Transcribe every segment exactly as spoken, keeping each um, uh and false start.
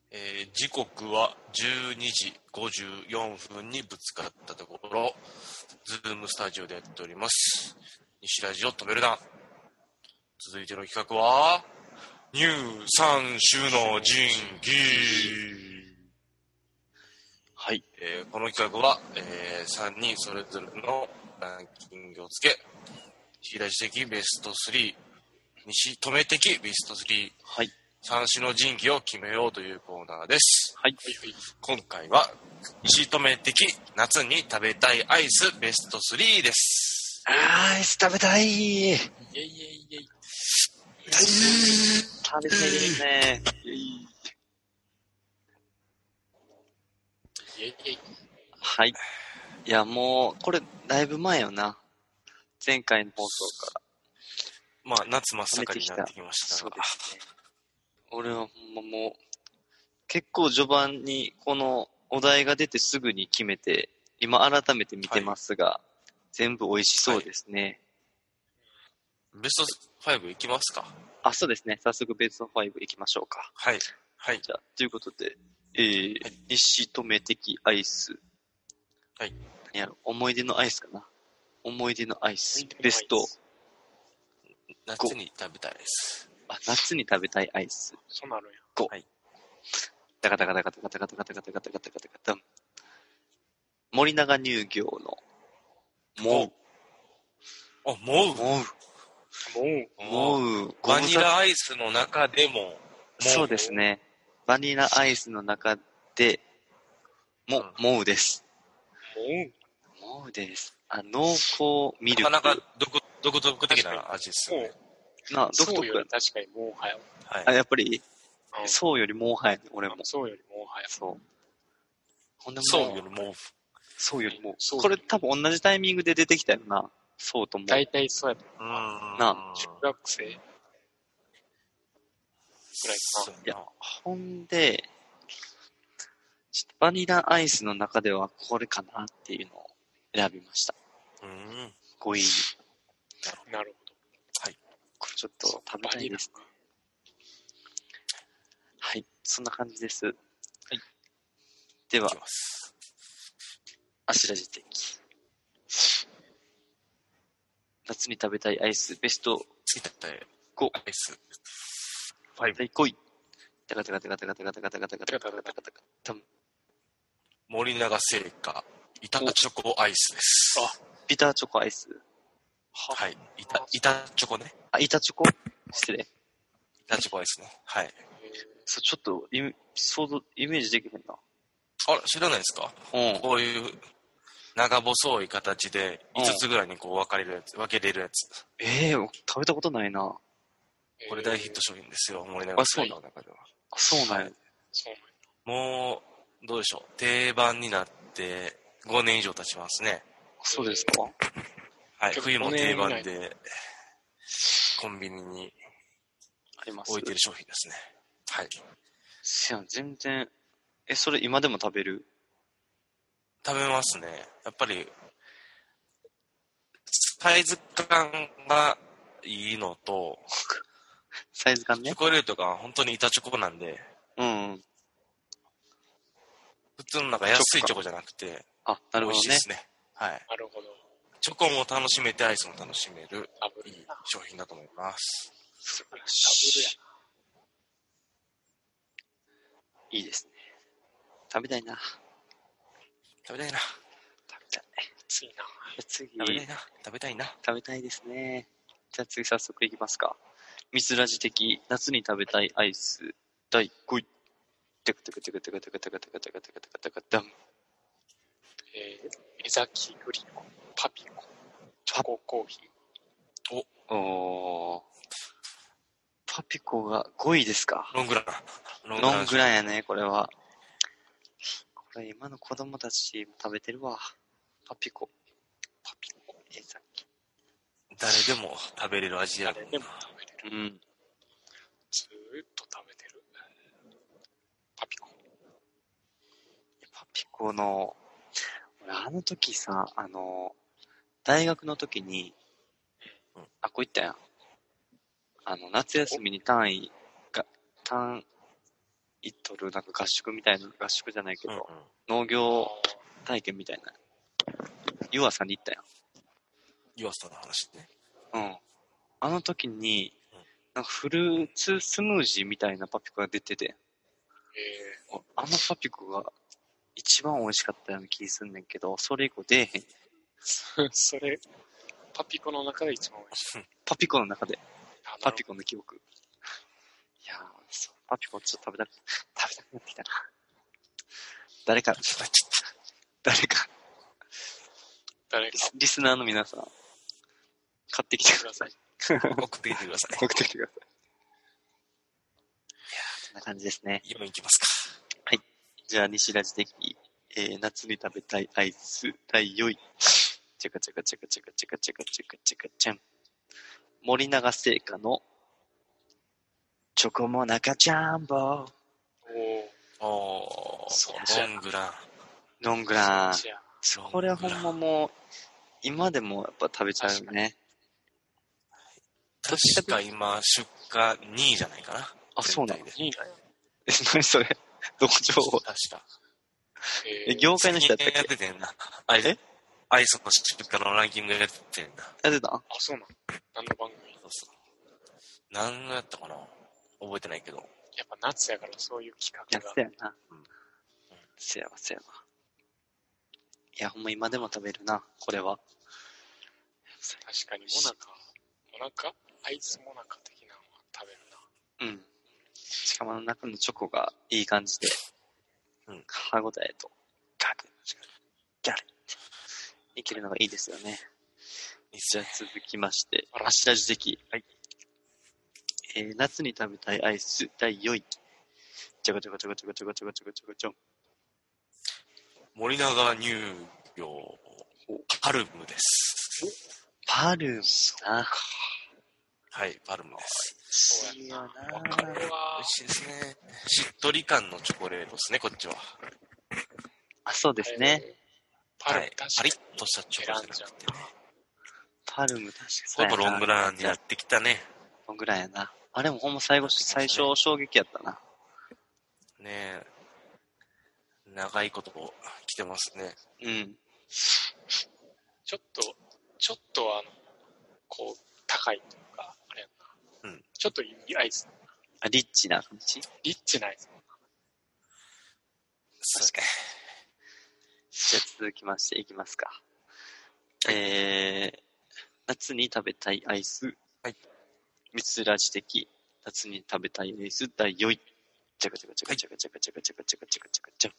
えー、時刻はじゅうにじごじゅうよんぷんにぶつかったところ、ズームスタジオでやっております。西ラジオ止めるな。続いての企画は、入三種の神器。はい、えー、この企画は、えー、さんにんそれぞれのランキングをつけ、西ラジ的ベストスリー、西止め的ベストスリー、はい、三種の神器を決めようというコーナーです。はい。今回は、西止め的夏に食べたいアイスベストスリーです。 アイス食べたい。イェイイェイイェイ。食べたいですね。イェイイェイイェイ。はい。いや、もう、これ、だいぶ前よな。前回の放送から。 まあ、夏真っ盛りになってきましたが。 そうですね。俺はほんまもう、結構序盤にこのお題が出てすぐに決めて、今改めて見てますが、はい、全部美味しそうですね。 はい、ベストごいきますか？ あ、そうですね。早速ベストごいきましょうか。 はい。はい。 じゃあ、ということで、えー、はい、西止め的アイス。 はい。 何やろ、思い出のアイスかな。思い出のアイス。ベスト。 夏に食べたいアイス。 あ、夏に食べたいアイス。 そうなるんや。 ご。はい。タカタカタカタカタカタカタカタカタカタカタカタン。森永乳業の、もう。 あ、もう。 もう。もう。もう。 バニラアイスの中でも。 そうですね。バニラアイスの中で、も、もうです。もう。もうです。あ、濃厚ミルク。 なかなか独独特的な味ですよね。 な、独特。 そうより確かにもうはや。 はい。あ、やっぱり、そうよりもうはや、俺も。 そうよりもうはや。 そう。ほんでもそうよりもう。 そうよりもう。これ多分同じタイミングで出てきたよな。そうとも。 大体そうやと思う。な。 中学生ぐらいかな。 いや、ほんで、バニラアイスの中ではこれかなっていうのを選びました。 うん。 ごいに。 なるほど。 はい。これちょっと食べたいですね。はい。そんな感じです。はい。では、アシラジ的。夏に食べたいアイスベストご。 アイス。 はい。だいごい。タカタカタカタカタカタカタカタカタカタカタカタカタン。 森永製菓板チョコアイスです。 あ、ビターチョコアイス。 はい。板、板チョコね。 あ、板チョコ失礼。 板チョコアイスね。はい。 そう、ちょっとイメ、想像、イメージできへんな。 あら、知らないですか？うん。こういう長細い形でいつつぐらいにこう分かれるやつ、分けれるやつ。 ええー、食べたことないな。 これ大ヒット商品ですよ、森永製菓の中では。 あ、そうなんや。はい、 もう、どうでしょう。定番になってごねん以上経ちますね。 そうですか？ はい。冬も定番で、コンビニに置いてる商品ですね。はい。 せやん、全然、え、それ今でも食べる？ 食べますね。やっぱり、サイズ感がいいのと、 サイズ感ね。 チョコレートが本当に板チョコなんで、 うん、うん。 普通のなんか安いチョコじゃなくて、 あ、なるほどね。 美味しいですね。はい。 なるほど。 チョコも楽しめてアイスも楽しめるいい商品だと思います。 素晴らしい。ダブルや。 いいですね。食べたいな。 食べたいな。 食べたい。 次な。 次。 食べたいな。食べたいな。 食べたいですね。じゃあ次早速いきますか。ミスラジ的夏に食べたいアイスだいごい。テクテクテクテクテクテクテクテクテクテクテクダン。 えー、江崎グリコ、パピコ、チョココーヒー。お、おー。パピコがごいですか？ ロングラン。 ロングラン、ロングランやね、これは。これ今の子供たちも食べてるわ。パピコ。パピコ。江崎。 誰でも食べれる味や誰でも食べれる。 うん。 ずーっと食べてる。パピコ。 パピコの、俺あの時さ、あの、大学の時に、うん、あ、こう言ったやん。あの、夏休みに単位が、単、 行っとる、なんか合宿みたいな、合宿じゃないけど、 うんうん、 農業体験みたいな。湯浅に行ったやん。 湯浅の話ね。 うん。あの時にうん、 なんかフルーツスムージーみたいなパピコが出てて、 えおあのパピコが一番美味しかったような気すんねんけど、それ以降出えへん。 ー、それ、パピコの中で一番美味しい。 パピコの中で、 あパピコの記憶。いやー、そうパピコちょっと食べたく、食べたくなってきたな。誰か、誰か、 誰かリスリスナーの皆さん、買ってきてください。 送ってきてください。 送ってきてください。いやー、そんな感じですね。 よんいきますか。 じゃあ、西ラジ的、えー、夏に食べたいアイス第よんい。チェカチェカチェカチェカチェカチェカチェカチェカチェン。森永製菓のチョコモナカジャンボ。 おー、 おー、 そうロングラン。 ロングラン。 じゃあ、 これほんまもう、今でもやっぱ食べちゃうよね。 確か今、出荷にいじゃないかな。 あ、そうなの？ 全体でいいなよ。 え、何それ？どこ情報？ 確か。 ええ、業界の人やったっやっけ？ ててんな。アイスえアイスの出荷のランキングやってんな。 やってたん？ あ、そうなの？何の番組？ そうそう。何のやったかな覚えてないけど。 やっぱ夏やからそういう企や画が。 ってたよな。うん。せやわ、せやわ。いや、ほんま今でも食べるな、これは。 確かにモナカ、モナカアイスモナカ的なのは食べるな。 うん。しかもあの中のチョコがいい感じで、 うん、 歯ごたえと、ガクッ、ギャルっていけるのがいいですよね。じゃあ続きまして、柱地的。はい。えー、夏に食べたいアイス第よんい。ちょこちょこちょこちょこちょこちょこちょこちょこちょ。 森永乳業、パルムです。 パルムな。 はい、パルムです。 美味しいよな。 わかるわ。 美味しいですね。しっとり感のチョコレートですね、こっちは。 あ、そうですね。 えーパルム、 はい、 確かに。 パリッとしたチョコじゃなくてね。 パルム確かにこそうやな。 れもロングランになってきたね。 ロングランやな。あれもほんま最後、最初衝撃やったな。 ねえ。長いこと来てますね。 うん。 ちょっと、ちょっとあの、こう、高いというか、あれやんな。 うん。 ちょっといいアイス。 あ、リッチな感じ？ リッチなアイス。 確かに。 じゃあ続きましていきますか。えー、夏に食べたいアイス。 はい。 ミツラジ的、夏に食べたいアイス第よんい。チャカチャカチャカチャカチャカチャカチャカチャカチャカチャカチャカ。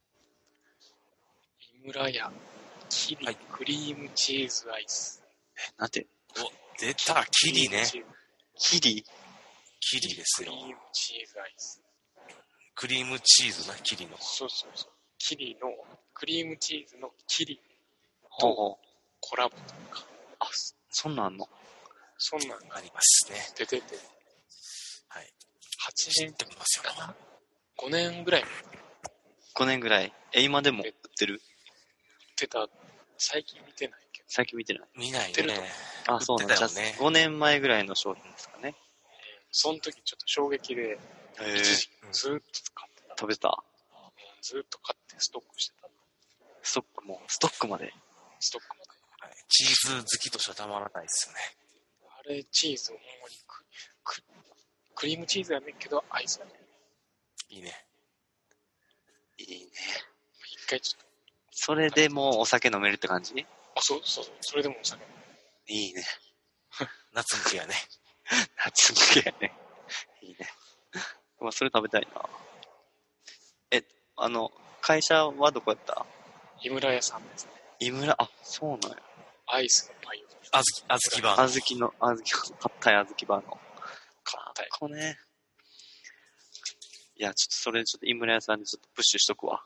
井村屋、キリ、 はい、 クリームチーズアイス。 え、なんて？ お、出た、キリね。 キリ？ キリですよ。 クリームチーズアイス。 クリームチーズな、キリの。 そうそうそう。キリの、クリームチーズのキリほうほう。 コラボというか。 あ、そんなんあんの？ そんなんがありますね。 出てて。 はい。 はちねん知ってますよ。 ごねんぐらいごねんぐらい。え、今でも売ってる？ 売ってた。最近見てないけど。 最近見てない。 見ないね。 あ、そうなんだ。じゃあごねんまえぐらいの商品ですかね。 その時ちょっと衝撃で、 へ一時期ずーっと買ってた。 食べた？ ずーっと買ってストックしてた。 ストックも、ストックまで。 ストックまで。 はい、チーズ好きとしてはたまらないですよね。 あれ、チーズほんまにクククリームチーズやねんけど、アイスやねん。 いいね。 いいね。 一回ちょっと。 それでもうお酒飲めるって感じ？ あ、そうそうそう。それでもお酒飲める。 いいね。 夏向けやね。 夏向けやね。いいね。まあ、それ食べたいな。え、あの、会社はどこやった？ 井村屋さんですね。 井村、あ、そうなんや。 アイスのパイを。 あずき、あずきバーの。 あずきの、あずき、硬いあずきバーの。 硬い。 こね。いや、ちょっとそれちょっと井村屋さんにちょっとプッシュしとくわ。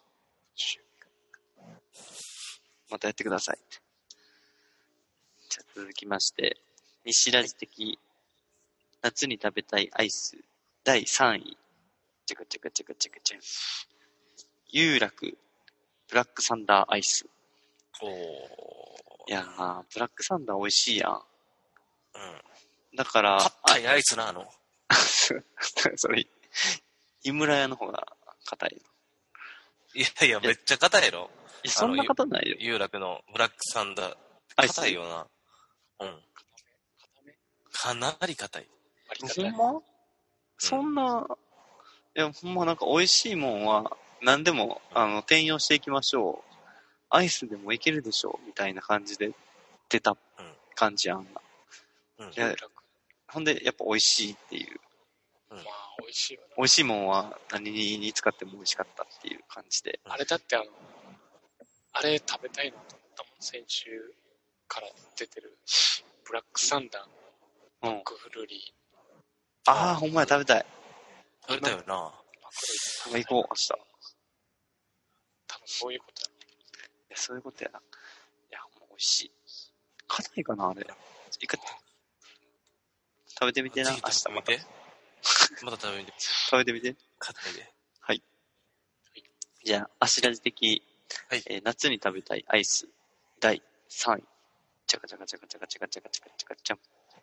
またやってください。じゃあ続きまして、西ラジ的、夏に食べたいアイスだいさんい。チェカチェカチェカチェカチェン。有楽ブラックサンダーアイス。 おー。 いやー、ブラックサンダー美味しいやん。 うん。 だから、 硬いアイスなの？ それ、 井村屋の方が硬い。 いやいや、めっちゃ硬いやろ。 いや、そんな硬ないよ。 有楽のブラックサンダー。硬いよな。うん。かなり硬い。 ほんま、うん、そんな、いや、ほんまなんか美味しいもんは何でも、あの、転用していきましょう。アイスでもいけるでしょうみたいな感じで出た感じやんな。うん。いや、ほんで、やっぱ美味しいっていう。 うん、まあ、美味しいよね。 美味しいもんは何に使っても美味しかったっていう感じで。 あれだってあの、あれ食べたいなと思ったもん。先週から出てるブラックサンダーのマックフルーリー。 うん、ああ、ほんまや食べたい。 食べたいよな。 食べ行こう、明日。 多分そういうことや。 いや、そういうことやな。いや、もう美味しい。硬いかな、あれ。一回食べてみてな、明日また。 また食べてみて。 食べてみて。 硬いで。 はい。じゃあ、アシラジ的、はいえー、夏に食べたいアイス、だいさんい。チャカチャカチャカチャカチャカチャカチャカチャカチャン。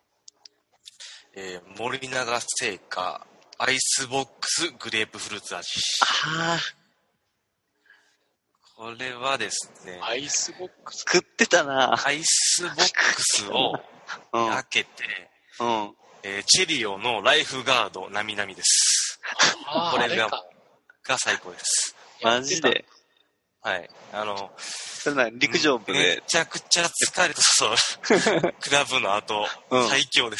えー、森永製菓、アイスボックスグレープフルーツ味。 ああ。 これはですね。 アイスボックス食ってたな。 アイスボックスを開けて、 うん。 えー、チェリオのライフガードなみなみです。これが、が最高です。 マジではい。あの、 それな陸上部で。 めちゃくちゃ疲れた、そう、クラブの後、うん、最強です。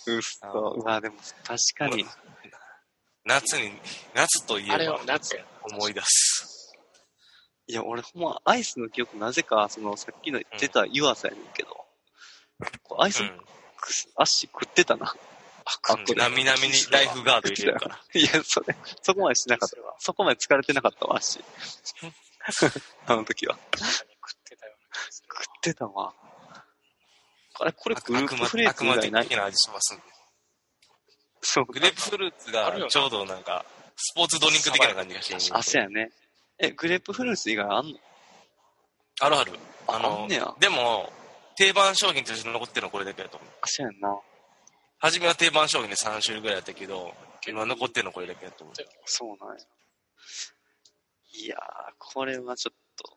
うっそ。うわ、でも確かに。 夏に、夏といえば、 あれは夏や思い出す。 いや、俺ほんま、アイスの記憶なぜか、その、さっきの出た湯浅やねんけど、うん、アイス、うん、足食ってたな。 あ、これ。なみなみにライフガード入れるから。 いや、それ、そこまでしなかったわ。そこまで疲れてなかったわ、足。あの時は。 食ってたような気がする。 食ってたわ。あれ、これグレープフルーツ以外ない？ 悪魔的な味しますんで。 そう。 グレープフルーツがちょうどなんか、スポーツドリンク的な感じがしてる。 あ、そうやね。え、グレープフルーツ以外あんの？ あるある。あの、 あんねや。 でも、定番商品として残ってるのはこれだけだと思う。 あ、そうやんな。 初めは定番商品でさん種類ぐらいやったけど、今残ってるのこれだけだと思う。 そうなんや。いやー、これはちょっと、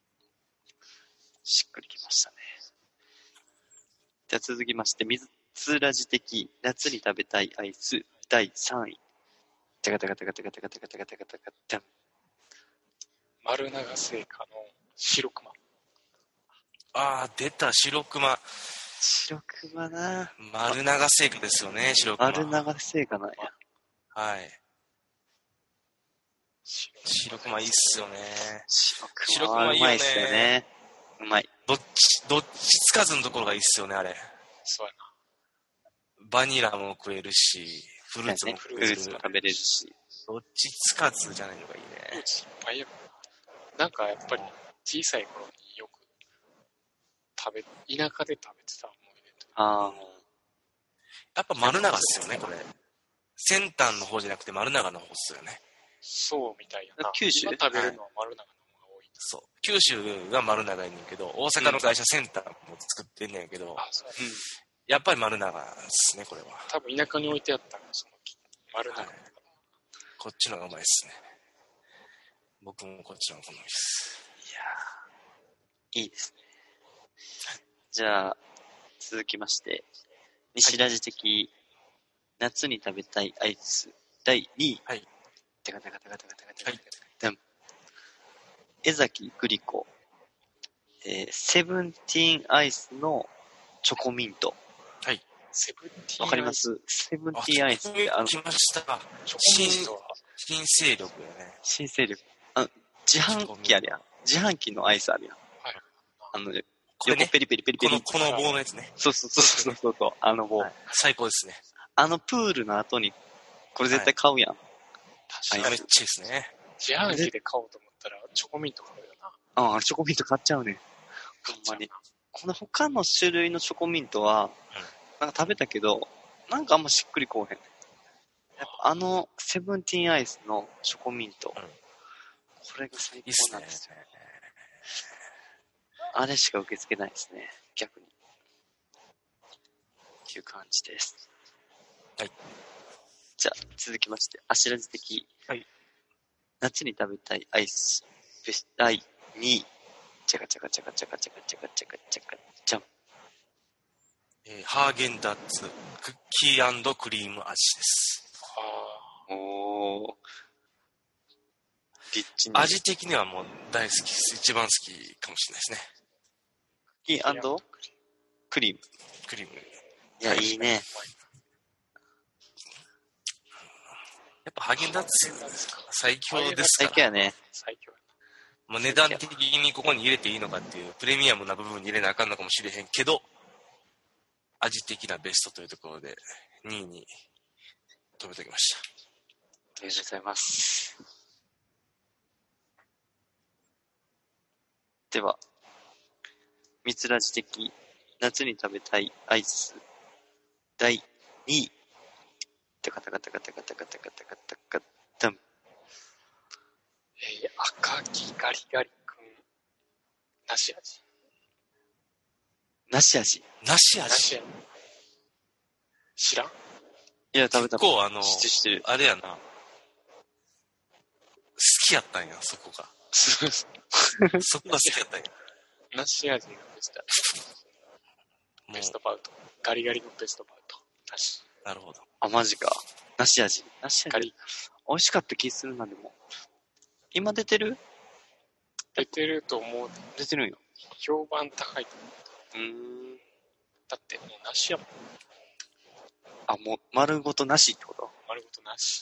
しっくりきましたね。じゃあ続きまして、水ラジ的夏に食べたいアイスだいさんい。テカテカテカテカテカテカテカテカテカテカ。 丸永製菓の白熊。 あー、出た、白熊。 白熊な。 丸永製菓ですよね、白熊。 丸永製菓なんや。 はい。白熊いいっすよね。 白熊いいよね。うまいっすよね。うまい。 どっち、どっちつかずのところがいいっすよね、あれ。 そうやな。 バニラも食えるし、フルーツも食える、ね、フルーツも食べれるし。 どっちつかずじゃないのがいいね。 フルーツいっぱいやる。なんかやっぱり小さい頃によく食べ、田舎で食べてた思い出と。 ああ。 やっぱ丸永っすよね、これ。先端の方じゃなくて丸永の方っすよね。 そうみたいやな。 九州今食べるのは丸永の方が多い。 そう。九州が丸永やねんけど、大阪の会社センターも作ってんねんけど、 うん、あ、そう。うん。 やっぱり丸永ですね、これは。 多分田舎に置いてあったのその丸永、はい。 こっちの方がうまいっすね。僕もこっちの方が好みです。 いやー、いいですね。じゃあ、続きまして、西ラジ的夏に食べたいアイスだいにい。 はい。 テカテカテカテカテカテカテカテカ。はい、江崎グリコ、えー、セブンティーンアイスのチョコミント。 はい。 セブンティーンわかります？セブンティーンアイスって、 あの、来ました。 チョコミントは新勢力やね。 新勢力。あの、自販機あるやん。自販機のアイスあるやん。はい。あの、 これね、 横ペリペリペリペリ。 この、この棒のやつね。 そうそうそうそうそう。あの棒、はい。 最高ですね。 あのプールの後に、これ絶対買うやん。はい、 確かにめっちゃいいですね。 自販機で買おうと思ったら、チョコミント買うよな。 ああ、チョコミント買っちゃうね。ほんまに。この他の種類のチョコミントは、うん、なんか食べたけど、なんかあんましっくりこうへん。やっぱあの、セブンティーンアイスのチョコミント。うん、これが最高なんですよ。いいっすね。あれしか受け付けないですね。逆に。っていう感じです。 はい。 じゃあ、続きまして、アシラジ的。 はい。 夏に食べたいアイス、ベストだいにい。チャカチャカチャカチャカチャカチャカチャカチャカチャン。 えー、ハーゲンダッツ、クッキー&クリーム味です。 あおー。リッチに。 味的にはもう大好きです。一番好きかもしれないですね。 クッキー&クリーム。 クリーム。 いや、いいね。 やっぱハーゲンダッツ最強ですから。 最強やね。 最強やまあ、値段的にここに入れていいのかっていうプレミアムな部分に入れなあかんのかもしれへんけど、味的なベストというところでにいに止めておきました。 ありがとうございます。では、みつらじ的夏に食べたいアイスだいにい。タカタカタカタカタカタカタカタカタン。 えー、赤木ガリガリ君、なし味。 なし味。 なし味。 なし味。知らん？ いや、食べた。 結構あの、 知って知ってる。 あれやな。好きやったんや、そこが。そこが好きやったんや。 なし味がベスト。ベストバウト。ガリガリのベストバウト。なし。 なるほど。 あ、マジか。なし味。なし味。 ガリ。 美味しかった気するな、でも。今出てる？ 出てると思う。 出てるんよ。 評判高いと思う。 うーん。 だってもうなしやもん。 あ、もう丸ごとなしってこと？ 丸ごとなし。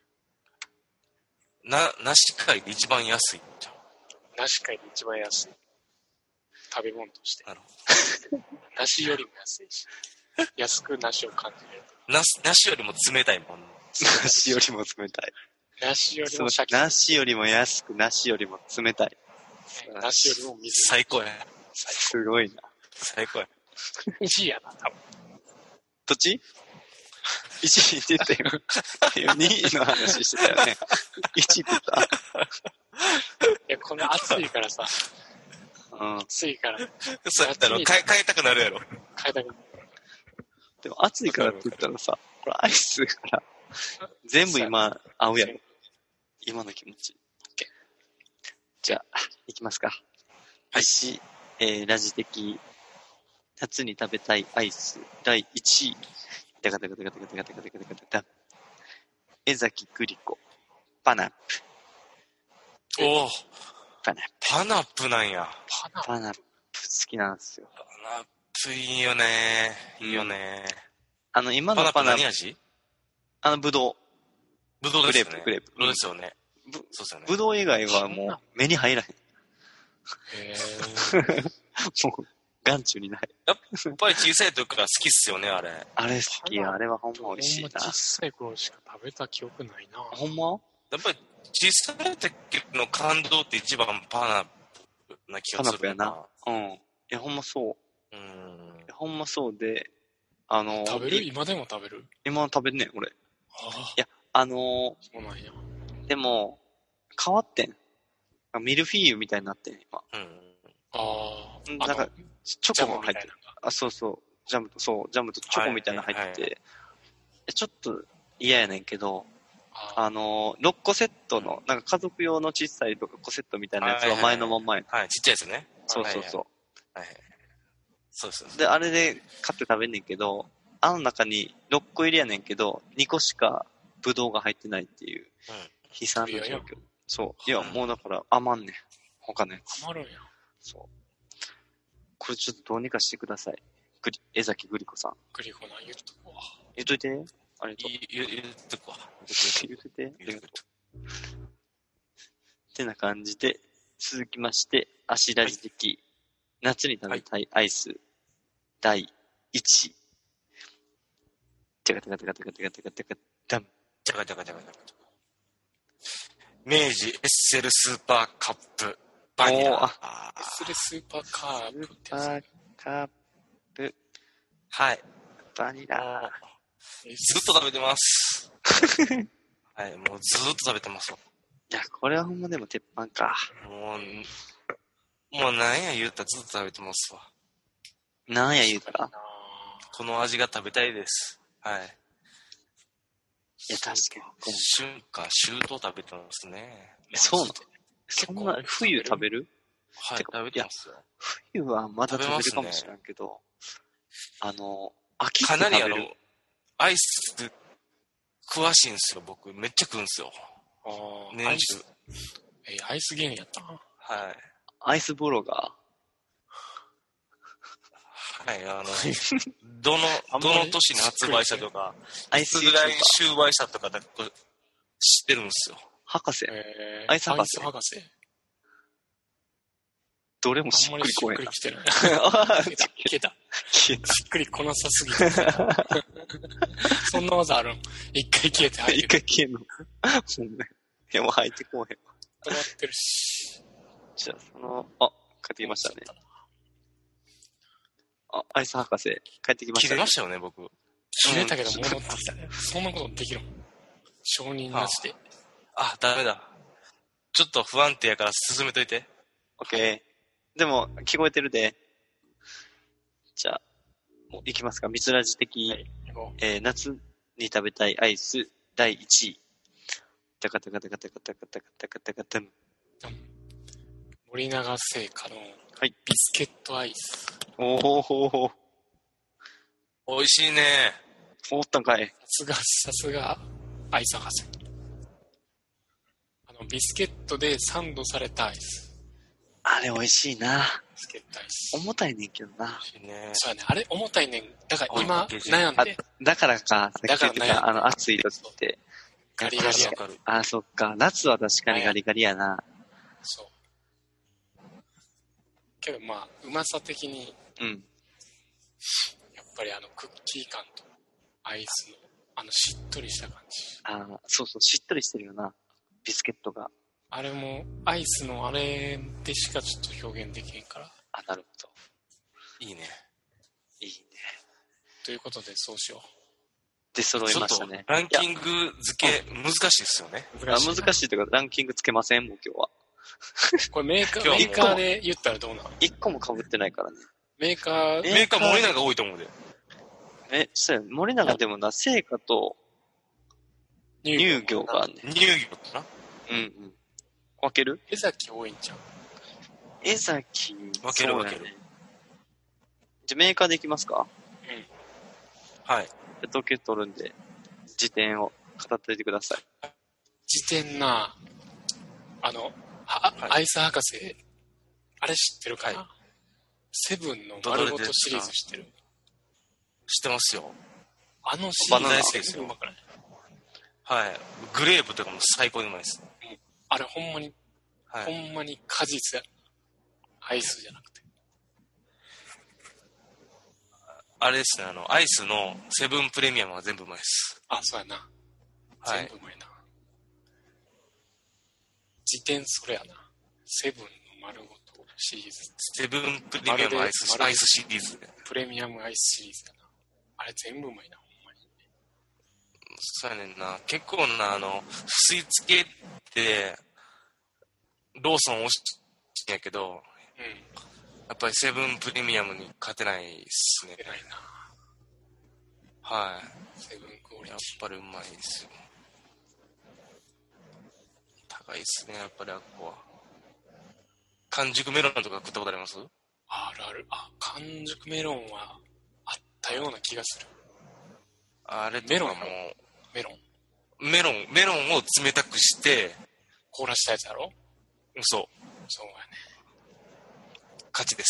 な、なし界で一番安いんじゃん。 なし界で一番安い。食べ物として。 なるほど。 なしよりも安いし。安くなしを感じる。 なし、なしよりも冷たいもん。 なしよりも冷たい。 なしよりもシャキ。 なしよりも安く、なしよりも冷たい。 なしよりも水。 最高や。 すごいな。 最高や。 いちいやな、多分。 どっち ?いち 位って言ったよ。にいの話してたよね。いちって言った。 いや、この暑いからさ。 うん。 暑いから。 そうやったら変え、変えたくなるやろ。 変えたくなる。 でも暑いからって言ったらさ、これアイスから、全部今合うやろ。今の気持ち。じゃあ、いきますか。はい。えー、ラジ的、夏に食べたいアイス、だいいちい。テカテカテカテカテカテカテカテカテカ。江崎グリコ、パナップ。 おお。 パナップ。 パナップなんや。 パナップ。 パナップ好きなんですよ。 パナップいいよね。いいよね。 あの、今のパナップ何味？ あの、ぶどう。 ぶどうですよね。 グレープ、 ぶどうですよね。 ぶ、 そうですよね。 ぶどう以外はもう目に入らへん。 へー。 もう、眼中にない。 やっぱり小さい時から好きっすよね、あれ。 あれ好きや。あれはほんま美味しいな。 小さい頃しか食べた記憶ないな。 ほんま？ やっぱり小さい時の感動って一番パナップな気がするな。 パナップやな。うん。いや、ほんまそう。うん。いや、ほんまそうで、あのー、 食べる？今でも食べる？ 今食べんねん、俺。 ああ。 いや、あのー、 そうなんや。 でも、変わってん。ミルフィーユみたいになってん、今。 うん。ああ。 なんか、チョコが入ってる。あ、そうそう。ジャムと、そう、ジャムとチョコみたいなの入ってて、はいはい、ちょっと嫌やねんけど、あ、あのー、ろっこセットの、なんか家族用の小さいろっこセットみたいなやつは前のまんまや、 はい、はい、ちっちゃいやつね。 そうそうそう。 はいはい、そうそうそう。 で、あれで買って食べんねんけど、あの中にろっこ入りやねんけど、にこしかブドウが入ってないっていう、悲惨な状況。そう。いや、もうだから余んねん。他のやつ。 余るんや。 そう。これちょっとどうにかしてください。グリ、江崎グリコさん。 グリコな、言うとこわ。 言っといて。ありがとう。 言う、言うとこわ。 言っといて。ありがとう。ってな感じで、続きまして、足ラジ的、はい、夏に食べたいアイス、だいいちい。テカテカテカテカテカテカテカダン。 テカテカテカテカテカ。明治エッセルスーパーカップ。バニラ。 エッセルスーパーカープ。 スーパーカップ。 はい。 バニラ。 ずっと食べてます。はい、もうずっと食べてますわ。 いや、これはほんまでも鉄板か。 もう、もうなんや言うたらずっと食べてますわ。 なんや言うたらこの味が食べたいです。はい。 いや、確かに。 春夏秋冬食べてますね。 そうなの？そんな、冬食べる？ はい、食べてますよ。 冬はまだ食べるかもしれんけど、ね、あの、秋ってか食べる？ なりあの、アイス詳しいんですよ、僕。めっちゃ食うんですよ。 ああ、 年中。 え、アイス芸人やったな。 はい。 アイスブロガー？ はい、あの、どの、どの年に発売したとか、 アイいつぐらいに終売したとかだと知ってるんですよ。 博士、 えー、 アイス博士。 アイス博士。 どれもしっくりこえない。しっくりきてない。 消えた。消えた。 消えた。 しっくりこなさすぎて。そんな技あるん？一回消えて入って一回消えんの。いや、もう入ってこうへんわ。 止まってるし。 じゃあ、その、あ、帰ってきましたね。あ、アイス博士、帰ってきましたね。 切れましたよね、僕。 切れたけど戻ってきたね。そんなことできるもん。承認なしで。 あ、ダメだ。ちょっと不安定やから進めといて。 オッケー。でも、聞こえてるで。じゃあ、もう行きますか。ミツラジ的、はい、えー、夏に食べたいアイスだいいちい。タカタカタカタカタカタカタカタカタン。 森永製菓のビスケットアイス。 おお。 美味しいね。 おったんかい。 さすが、さすが、アイス博士。あの、ビスケットでサンドされたアイス。 あれ美味しいな。ビスケットアイス。 重たいねんけどな。美味しいね。 そうやね。あれ重たいねん。だから今、悩んで。 だからか、さっき言ってた、あの、暑い時って。 ガリガリやから。あ、そっか。夏は確かにガリガリやな。 そう。けどまあ、うまさ的に、 うん。 やっぱりあの、クッキー感とアイスの、あの、しっとりした感じ。 ああ、そうそう、しっとりしてるよな。ビスケットが。 あれも、アイスのあれでしかちょっと表現できへんから。 あ、なるほど。 いいね。 いいね。 ということで、そうしよう。 出揃いましたね。 ランキング付け、難しいですよね。 難しい。あ、難しいというか、ランキングつけません、もう今日は。 これメーカー、メーカーで言ったらどうなの？ 一個も被ってないからね。 メーカー、 メーカー森永多いと思うで。 え、そうや、森永でもな、製菓と乳業があんねん。 乳業ってな。 うんうん。分ける？ 江崎多いんちゃう？ 江崎、 分ける分ける。 じゃあメーカーでいきますか？ うん。 はい。 じゃあ統計取るんで、辞典を語っておいてください。 辞典な、あの、は、はい、アイス博士、あれ知ってるかな？はい、セブンの丸ごとシリーズ知ってる？ 知ってますよ。 あのシリーズ大好きですよ。 はい。グレープとかも最高にうまいです。 うん、あれほんまに、はい、ほんまに果実アイスじゃなくて。 あれですね、あの、アイスのセブンプレミアムは全部うまいです。 あ、そうやな。はい、全部うまいな。辞典それやな。セブンの丸ごとシリーズ。 セブンプレミアムアイス、アイスシリーズで。 プレミアムアイスシリーズだな。あれ全部うまいな、ほんまに。 そうやねんな。結構な、あの、スイーツ系って、ローソン推しんやけど、うん。やっぱりセブンプレミアムに勝てないっすね。 勝てないな。 はい。 セブンクオリティ。 やっぱりうまいですよ。高いっすね、やっぱりあっこは。完熟メロンとか食ったことあります？ あるある。あ、完熟メロンはあったような気がする。 あれとかもメロンメロンメロンを冷たくして凍らしたやつやろ？ そうそうやね。 勝ちです。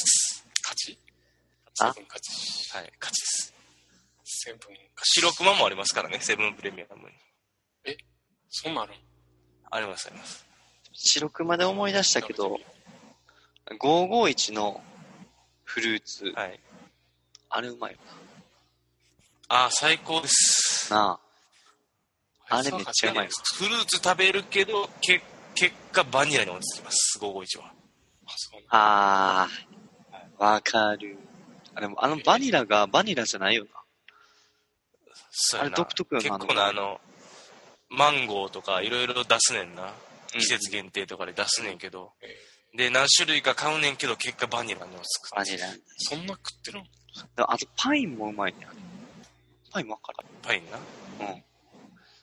勝ち？セブン勝ち。 はい、勝ちです。 セブン。 白熊もありますからね、セブンプレミアムに。 え、そんなんあるん？ ありますあります。 白熊で思い出したけど、ごーごーいちのフルーツ、はい、あれうまいよな。あ、最高です。 なあ。あれめっちゃうまい。 フルーツ食べるけど、け結果バニラに落ち着きます、ごーごーいちは。 あ、そうあー、わかる。あれも、あのバニラがバニラじゃないよな。 そうやな。 あれ独特よな。 結構な、あの、マンゴーとかいろいろ出すねんな。季節限定とかで出すねんけど。うん、で、何種類か買うねんけど、結果バニラに落ち着く。 バニラ。 そんな食ってるの？ あとパインもうまいね。パインもわかる。 パインな。 うん。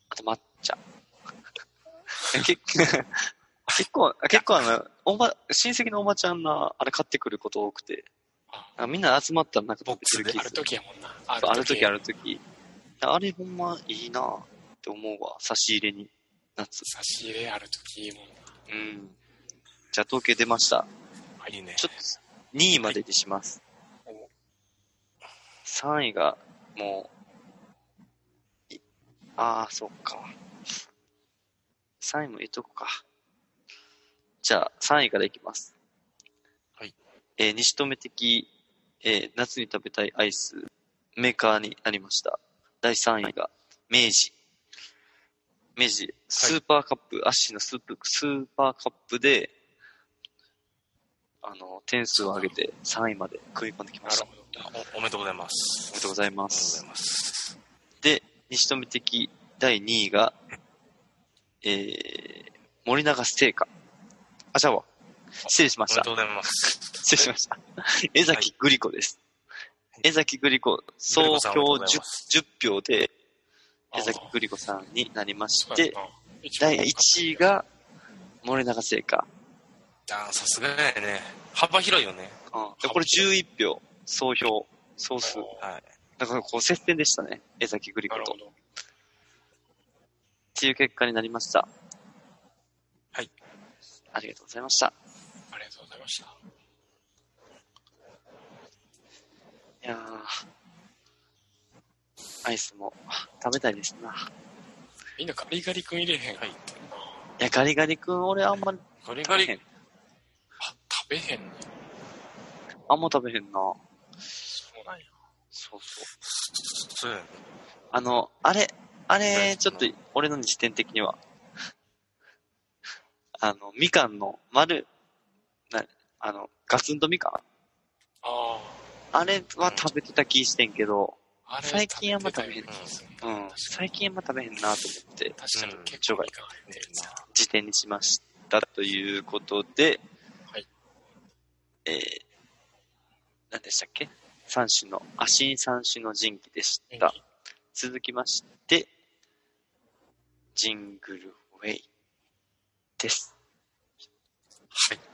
あと抹茶。結結構、結構あの、おば、親戚のおばちゃんがあれ買ってくること多くて、あみんな集まったらなんかボックスである時やもんな。 ある時ある時。あれほんまいいなって思うわ。差し入れに。夏。 差し入れある時いいもんな。 うん。じゃあ統計出ました。 いいね。 ちょっとにいまでにします。はい、さんいがもう、ああ、そっか。さんいも言っとこうか。じゃあさんいからいきます。 はい。 えー、西留的、えー、夏に食べたいアイスメーカーになりました。だいさんいが明治。明治、スーパーカップ、はい、アッシーのスープ、スーパーカップで、あの、点数を上げてさんいまで組み込んできました。 お, おめでとうございます。 おめでとうございます。 おめでとうございます。 で、西留的だいにいが、えー、森永製菓。あ、じゃあ、失礼しました。 おめでとうございます。 失礼しました。江崎グリコです。はい、江崎グリコ、総票 10, じゅっ票で、江崎グリコさんになりまして、だいいちいが森永製菓。 ああ、さすがやね。幅広いよね。 うん。で、これじゅういち票、総票、総数。はい。だからこう接戦でしたね。江崎グリコと。っていう結果になりました。 はい。 ありがとうございました。 ありがとうございました。 いやー、アイスも食べたいですな。 みんなガリガリ君入れへん。はい。いや、ガリガリ君俺あんまりガリガリ。 あ、食べへんね。 あんま食べへんな。 そうなんや。 そうそう。 そうやね。 あの、あれ、あれ、ちょっと、俺の時点的には、あの、みかんの丸、な、あの、ガツンとみかんああ。 あれは食べてた気してんけど、 うん、 最近あんま食べへん。うん。最近あんま食べへんなと思って、 確かに結構みかん入ってるな。 時点にしましたということで、 はい。 えー、何でしたっけ？三種の、アシン三種の神器でした。うん、続きまして、ジングルウェイです。 はい。